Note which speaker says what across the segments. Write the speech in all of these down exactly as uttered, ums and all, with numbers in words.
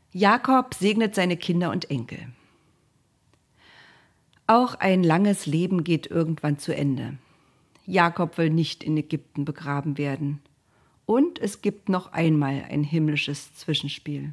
Speaker 1: Jakob segnet seine Kinder und Enkel. Auch ein langes Leben geht irgendwann zu Ende. Jakob will nicht in Ägypten begraben werden. Und es gibt noch einmal ein himmlisches Zwischenspiel.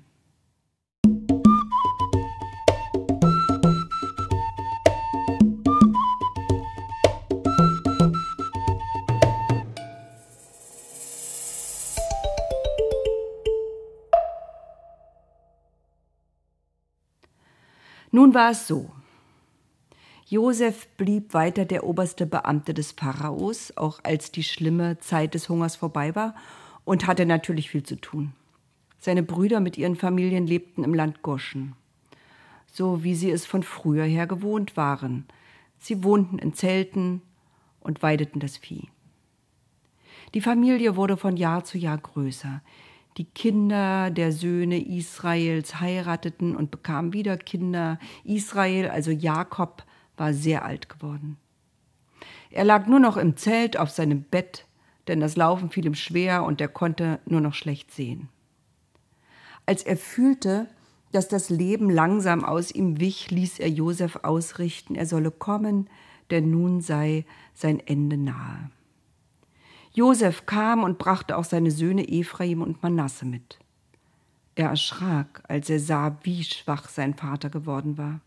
Speaker 1: Nun war es so. Josef blieb weiter der oberste Beamte des Pharaos, auch als die schlimme Zeit des Hungers vorbei war, und hatte natürlich viel zu tun. Seine Brüder mit ihren Familien lebten im Land Goschen, so wie sie es von früher her gewohnt waren. Sie wohnten in Zelten und weideten das Vieh. Die Familie wurde von Jahr zu Jahr größer. Die Kinder der Söhne Israels heirateten und bekamen wieder Kinder. Israel, also Jakob, war sehr alt geworden. Er lag nur noch im Zelt auf seinem Bett, denn das Laufen fiel ihm schwer und er konnte nur noch schlecht sehen. Als er fühlte, dass das Leben langsam aus ihm wich, ließ er Josef ausrichten, er solle kommen, denn nun sei sein Ende nahe. Josef kam und brachte auch seine Söhne Ephraim und Manasse mit. Er erschrak, als er sah, wie schwach sein Vater geworden war.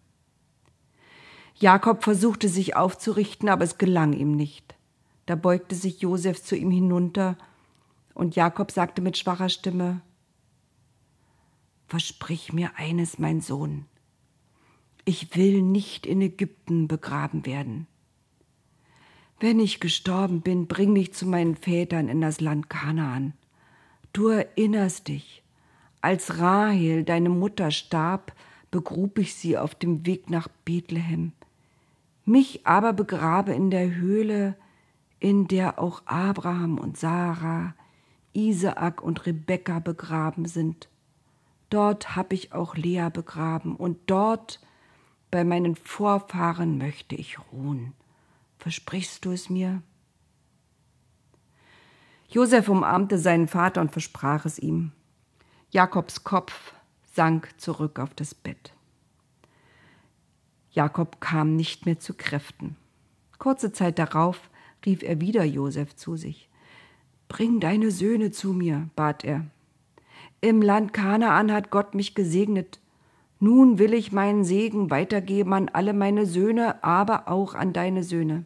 Speaker 1: Jakob versuchte sich aufzurichten, aber es gelang ihm nicht. Da beugte sich Josef zu ihm hinunter und Jakob sagte mit schwacher Stimme: »Versprich mir eines, mein Sohn. Ich will nicht in Ägypten begraben werden. Wenn ich gestorben bin, bring mich zu meinen Vätern in das Land Kanaan. Du erinnerst dich, als Rahel, deine Mutter, starb, begrub ich sie auf dem Weg nach Bethlehem. Mich aber begrabe in der Höhle, in der auch Abraham und Sarah, Isaak und Rebekka begraben sind. Dort habe ich auch Lea begraben und dort bei meinen Vorfahren möchte ich ruhen. Versprichst du es mir?« Josef umarmte seinen Vater und versprach es ihm. Jakobs Kopf sank zurück auf das Bett. Jakob kam nicht mehr zu Kräften. Kurze Zeit darauf rief er wieder Josef zu sich. »Bring deine Söhne zu mir«, bat er. »Im Land Kanaan hat Gott mich gesegnet. Nun will ich meinen Segen weitergeben an alle meine Söhne, aber auch an deine Söhne.«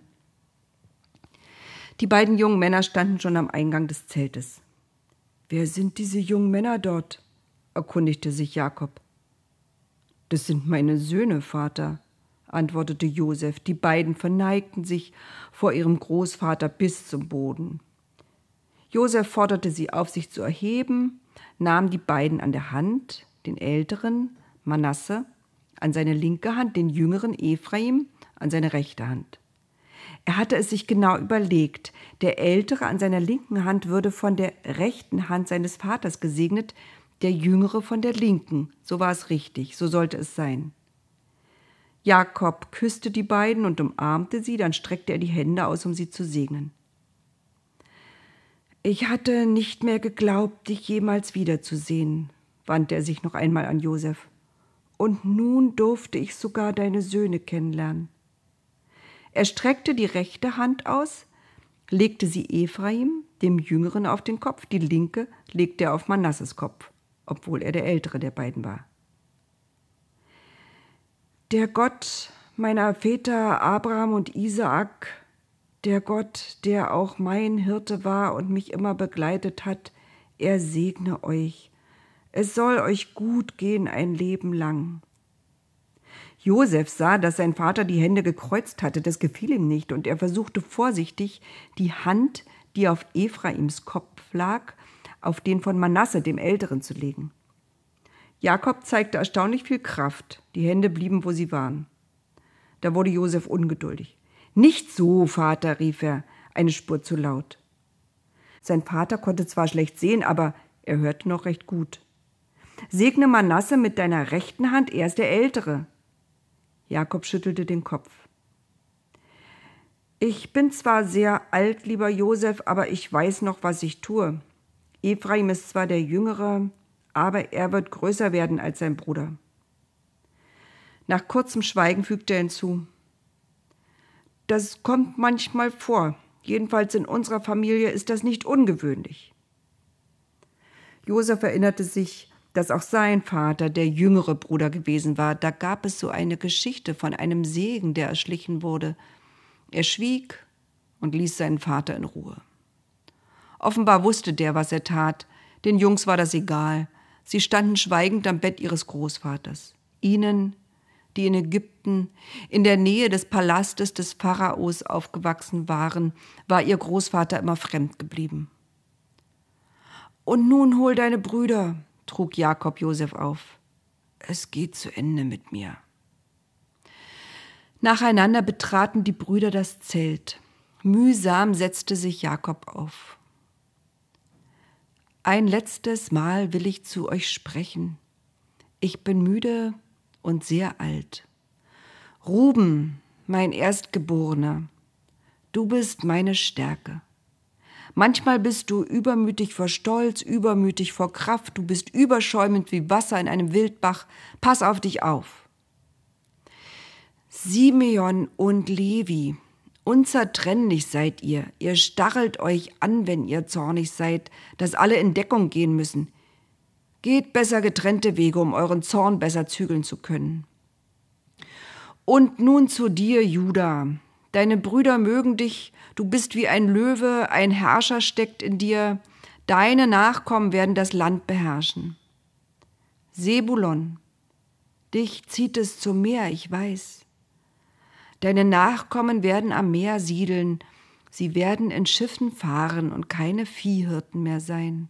Speaker 1: Die beiden jungen Männer standen schon am Eingang des Zeltes. »Wer sind diese jungen Männer dort?« erkundigte sich Jakob. »Das sind meine Söhne, Vater«, antwortete Josef. Die beiden verneigten sich vor ihrem Großvater bis zum Boden. Josef forderte sie auf, sich zu erheben, nahm die beiden an der Hand, den Älteren, Manasse, an seine linke Hand, den Jüngeren, Ephraim, an seine rechte Hand. Er hatte es sich genau überlegt. Der Ältere an seiner linken Hand würde von der rechten Hand seines Vaters gesegnet, der Jüngere von der linken. So war es richtig, so sollte es sein. Jakob küsste die beiden und umarmte sie, dann streckte er die Hände aus, um sie zu segnen. »Ich hatte nicht mehr geglaubt, dich jemals wiederzusehen«, wandte er sich noch einmal an Josef. »Und nun durfte ich sogar deine Söhne kennenlernen.« Er streckte die rechte Hand aus, legte sie Ephraim, dem Jüngeren, auf den Kopf, die linke legte er auf Manasses Kopf, obwohl er der ältere der beiden war. »Der Gott meiner Väter Abraham und Isaak, der Gott, der auch mein Hirte war und mich immer begleitet hat, er segne euch. Es soll euch gut gehen ein Leben lang.« Josef sah, dass sein Vater die Hände gekreuzt hatte. Das gefiel ihm nicht und er versuchte vorsichtig, die Hand, die auf Ephraims Kopf lag, auf den von Manasse, dem Älteren, zu legen. Jakob zeigte erstaunlich viel Kraft. Die Hände blieben, wo sie waren. Da wurde Josef ungeduldig. »Nicht so, Vater«, rief er, eine Spur zu laut. Sein Vater konnte zwar schlecht sehen, aber er hörte noch recht gut. »Segne Manasse mit deiner rechten Hand, er ist der Ältere.« Jakob schüttelte den Kopf. »Ich bin zwar sehr alt, lieber Josef, aber ich weiß noch, was ich tue. Ephraim ist zwar der Jüngere, aber er wird größer werden als sein Bruder. Nach kurzem Schweigen fügte er hinzu: Das kommt manchmal vor. Jedenfalls in unserer Familie ist das nicht ungewöhnlich. Josef erinnerte sich, dass auch sein Vater der jüngere Bruder gewesen war. Da gab es so eine Geschichte von einem Segen, der erschlichen wurde. Er schwieg und ließ seinen Vater in Ruhe. Offenbar wusste der, was er tat. Den Jungs war das egal. Sie standen schweigend am Bett ihres Großvaters. Ihnen, die in Ägypten, in der Nähe des Palastes des Pharaos aufgewachsen waren, war ihr Großvater immer fremd geblieben. »Und nun hol deine Brüder«, trug Jakob Josef auf. »Es geht zu Ende mit mir.« Nacheinander betraten die Brüder das Zelt. Mühsam setzte sich Jakob auf. »Ein letztes Mal will ich zu euch sprechen. Ich bin müde und sehr alt. Ruben, mein Erstgeborener, du bist meine Stärke. Manchmal bist du übermütig vor Stolz, übermütig vor Kraft, du bist überschäumend wie Wasser in einem Wildbach. Pass auf dich auf. Simeon und Levi, unzertrennlich seid ihr. Ihr stachelt euch an, wenn ihr zornig seid, dass alle in Deckung gehen müssen. Geht besser getrennte Wege, um euren Zorn besser zügeln zu können. Und nun zu dir, Juda. Deine Brüder mögen dich, du bist wie ein Löwe, ein Herrscher steckt in dir. Deine Nachkommen werden das Land beherrschen. Sebulon, dich zieht es zum Meer, ich weiß. Deine Nachkommen werden am Meer siedeln, sie werden in Schiffen fahren und keine Viehhirten mehr sein.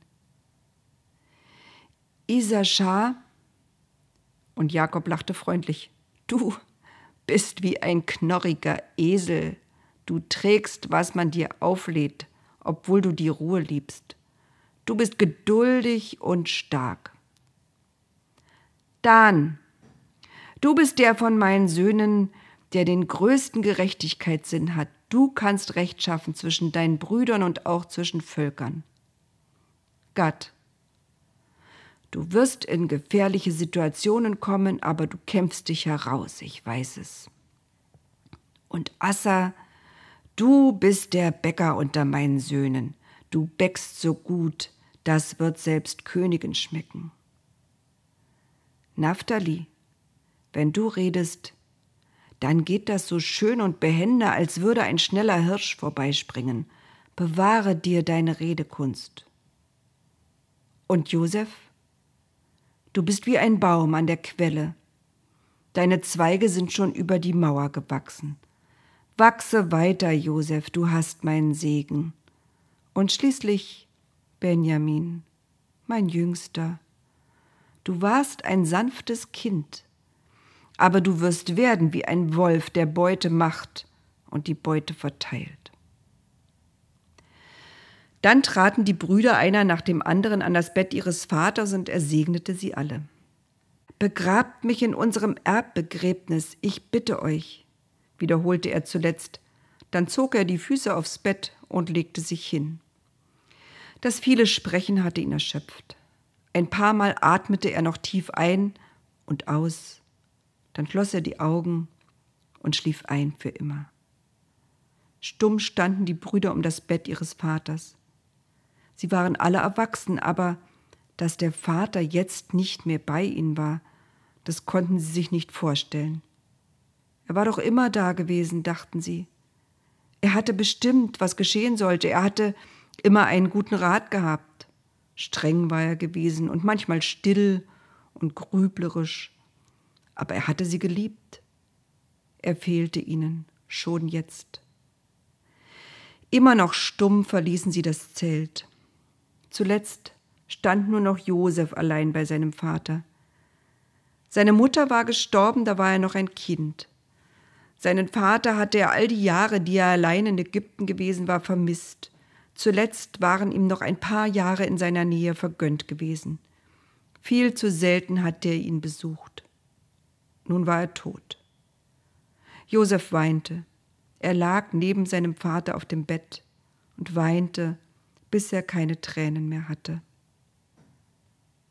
Speaker 1: Isaschar, und Jakob lachte freundlich, du bist wie ein knorriger Esel, du trägst, was man dir auflädt, obwohl du die Ruhe liebst. Du bist geduldig und stark. Dan, du bist der von meinen Söhnen, der den größten Gerechtigkeitssinn hat. Du kannst Recht schaffen zwischen deinen Brüdern und auch zwischen Völkern. Gad, du wirst in gefährliche Situationen kommen, aber du kämpfst dich heraus, ich weiß es. Und Assa, du bist der Bäcker unter meinen Söhnen. Du bäckst so gut, das wird selbst Königen schmecken. Naphtali, wenn du redest, dann geht das so schön und behende, als würde ein schneller Hirsch vorbeispringen. Bewahre dir deine Redekunst. Und Josef? Du bist wie ein Baum an der Quelle. Deine Zweige sind schon über die Mauer gewachsen. Wachse weiter, Josef, du hast meinen Segen. Und schließlich Benjamin, mein Jüngster. Du warst ein sanftes Kind, aber du wirst werden wie ein Wolf, der Beute macht und die Beute verteilt. Dann traten die Brüder einer nach dem anderen an das Bett ihres Vaters und er segnete sie alle. Begrabt mich in unserem Erbbegräbnis, ich bitte euch, wiederholte er zuletzt. Dann zog er die Füße aufs Bett und legte sich hin. Das viele Sprechen hatte ihn erschöpft. Ein paar Mal atmete er noch tief ein und aus. Dann schloss er die Augen und schlief ein für immer. Stumm standen die Brüder um das Bett ihres Vaters. Sie waren alle erwachsen, aber dass der Vater jetzt nicht mehr bei ihnen war, das konnten sie sich nicht vorstellen. Er war doch immer da gewesen, dachten sie. Er hatte bestimmt, was geschehen sollte. Er hatte immer einen guten Rat gehabt. Streng war er gewesen und manchmal still und grüblerisch. Aber er hatte sie geliebt. Er fehlte ihnen, schon jetzt. Immer noch stumm verließen sie das Zelt. Zuletzt stand nur noch Josef allein bei seinem Vater. Seine Mutter war gestorben, da war er noch ein Kind. Seinen Vater hatte er all die Jahre, die er allein in Ägypten gewesen war, vermisst. Zuletzt waren ihm noch ein paar Jahre in seiner Nähe vergönnt gewesen. Viel zu selten hatte er ihn besucht. Nun war er tot. Josef weinte. Er lag neben seinem Vater auf dem Bett und weinte, bis er keine Tränen mehr hatte.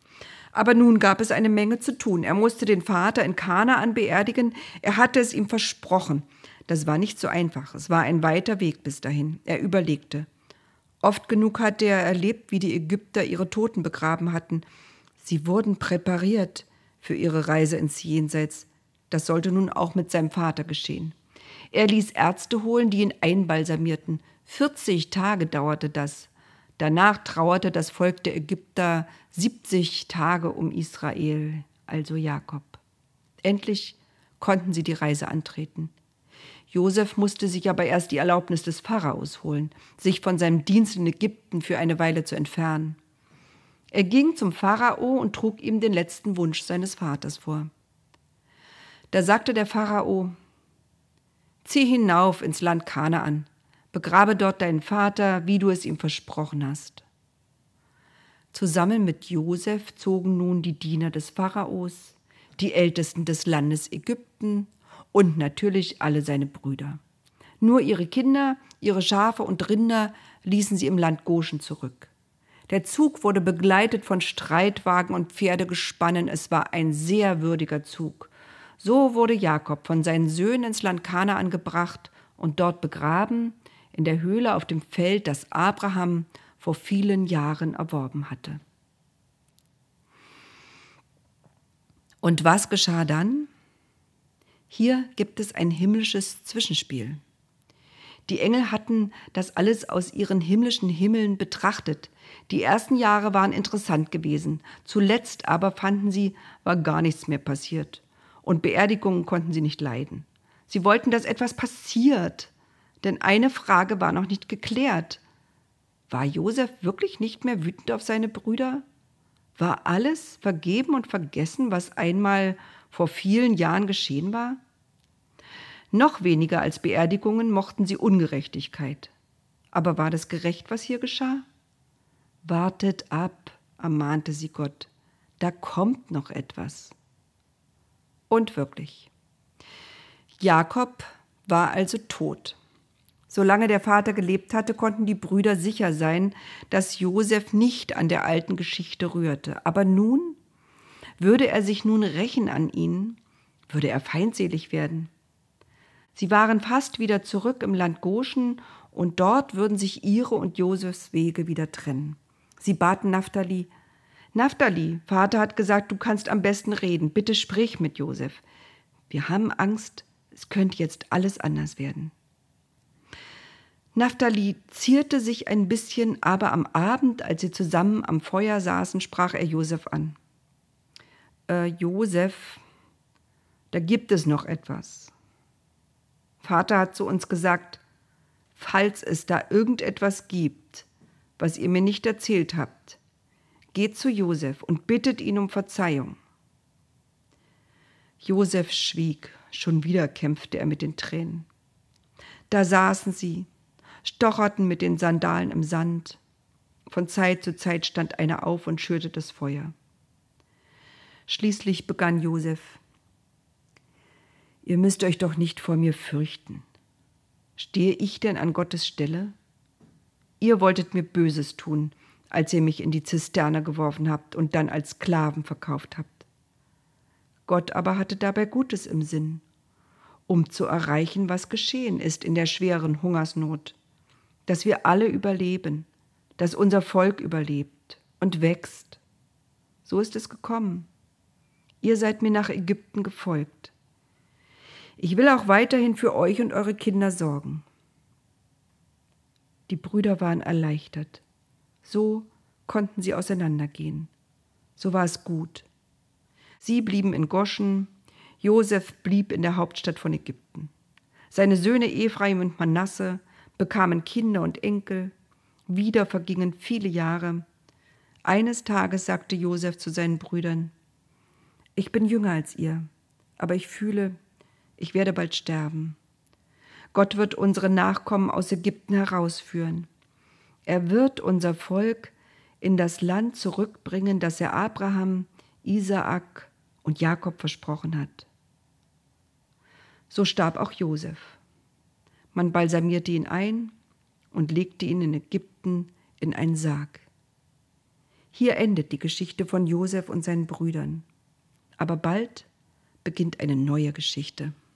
Speaker 1: Aber nun gab es eine Menge zu tun. Er musste den Vater in Kanaan beerdigen. Er hatte es ihm versprochen. Das war nicht so einfach. Es war ein weiter Weg bis dahin. Er überlegte. Oft genug hatte er erlebt, wie die Ägypter ihre Toten begraben hatten. Sie wurden präpariert für ihre Reise ins Jenseits. Das sollte nun auch mit seinem Vater geschehen. Er ließ Ärzte holen, die ihn einbalsamierten. vierzig Tage dauerte das. Danach trauerte das Volk der Ägypter siebzig Tage um Israel, also Jakob. Endlich konnten sie die Reise antreten. Josef musste sich aber erst die Erlaubnis des Pharaos holen, sich von seinem Dienst in Ägypten für eine Weile zu entfernen. Er ging zum Pharao und trug ihm den letzten Wunsch seines Vaters vor. Da sagte der Pharao: Zieh hinauf ins Land Kanaan, begrabe dort deinen Vater, wie du es ihm versprochen hast. Zusammen mit Josef zogen nun die Diener des Pharaos, die Ältesten des Landes Ägypten und natürlich alle seine Brüder. Nur ihre Kinder, ihre Schafe und Rinder ließen sie im Land Goschen zurück. Der Zug wurde begleitet von Streitwagen und Pferdegespannen. Es war ein sehr würdiger Zug. So wurde Jakob von seinen Söhnen ins Land Kanaan gebracht und dort begraben, in der Höhle auf dem Feld, das Abraham vor vielen Jahren erworben hatte. Und was geschah dann? Hier gibt es ein himmlisches Zwischenspiel. Die Engel hatten das alles aus ihren himmlischen Himmeln betrachtet. Die ersten Jahre waren interessant gewesen. Zuletzt aber fanden sie, war gar nichts mehr passiert. Und Beerdigungen konnten sie nicht leiden. Sie wollten, dass etwas passiert. Denn eine Frage war noch nicht geklärt. War Josef wirklich nicht mehr wütend auf seine Brüder? War alles vergeben und vergessen, was einmal vor vielen Jahren geschehen war? Noch weniger als Beerdigungen mochten sie Ungerechtigkeit. Aber war das gerecht, was hier geschah? Wartet ab, ermahnte sie Gott. Da kommt noch etwas. Und wirklich. Jakob war also tot. Solange der Vater gelebt hatte, konnten die Brüder sicher sein, dass Josef nicht an der alten Geschichte rührte. Aber nun, würde er sich nun rächen an ihnen, würde er feindselig werden. Sie waren fast wieder zurück im Land Goschen und dort würden sich ihre und Josefs Wege wieder trennen. Sie baten Naphtali: Naphtali, Vater hat gesagt, du kannst am besten reden. Bitte sprich mit Josef. Wir haben Angst, es könnte jetzt alles anders werden. Naphtali zierte sich ein bisschen, aber am Abend, als sie zusammen am Feuer saßen, sprach er Josef an. Äh, Josef, da gibt es noch etwas. Vater hat zu uns gesagt, falls es da irgendetwas gibt, was ihr mir nicht erzählt habt, geht zu Josef und bittet ihn um Verzeihung. Josef schwieg, schon wieder kämpfte er mit den Tränen. Da saßen sie, stocherten mit den Sandalen im Sand. Von Zeit zu Zeit stand einer auf und schürte das Feuer. Schließlich begann Josef: Ihr müsst euch doch nicht vor mir fürchten. Stehe ich denn an Gottes Stelle? Ihr wolltet mir Böses tun, als ihr mich in die Zisterne geworfen habt und dann als Sklaven verkauft habt. Gott aber hatte dabei Gutes im Sinn, um zu erreichen, was geschehen ist in der schweren Hungersnot, dass wir alle überleben, dass unser Volk überlebt und wächst. So ist es gekommen. Ihr seid mir nach Ägypten gefolgt. Ich will auch weiterhin für euch und eure Kinder sorgen. Die Brüder waren erleichtert. So konnten sie auseinandergehen. So war es gut. Sie blieben in Goschen, Josef blieb in der Hauptstadt von Ägypten. Seine Söhne Ephraim und Manasse bekamen Kinder und Enkel. Wieder vergingen viele Jahre. Eines Tages sagte Josef zu seinen Brüdern: Ich bin jünger als ihr, aber ich fühle, ich werde bald sterben. Gott wird unsere Nachkommen aus Ägypten herausführen. Er wird unser Volk in das Land zurückbringen, das er Abraham, Isaak und Jakob versprochen hat. So starb auch Josef. Man balsamierte ihn ein und legte ihn in Ägypten in einen Sarg. Hier endet die Geschichte von Josef und seinen Brüdern. Aber bald beginnt eine neue Geschichte.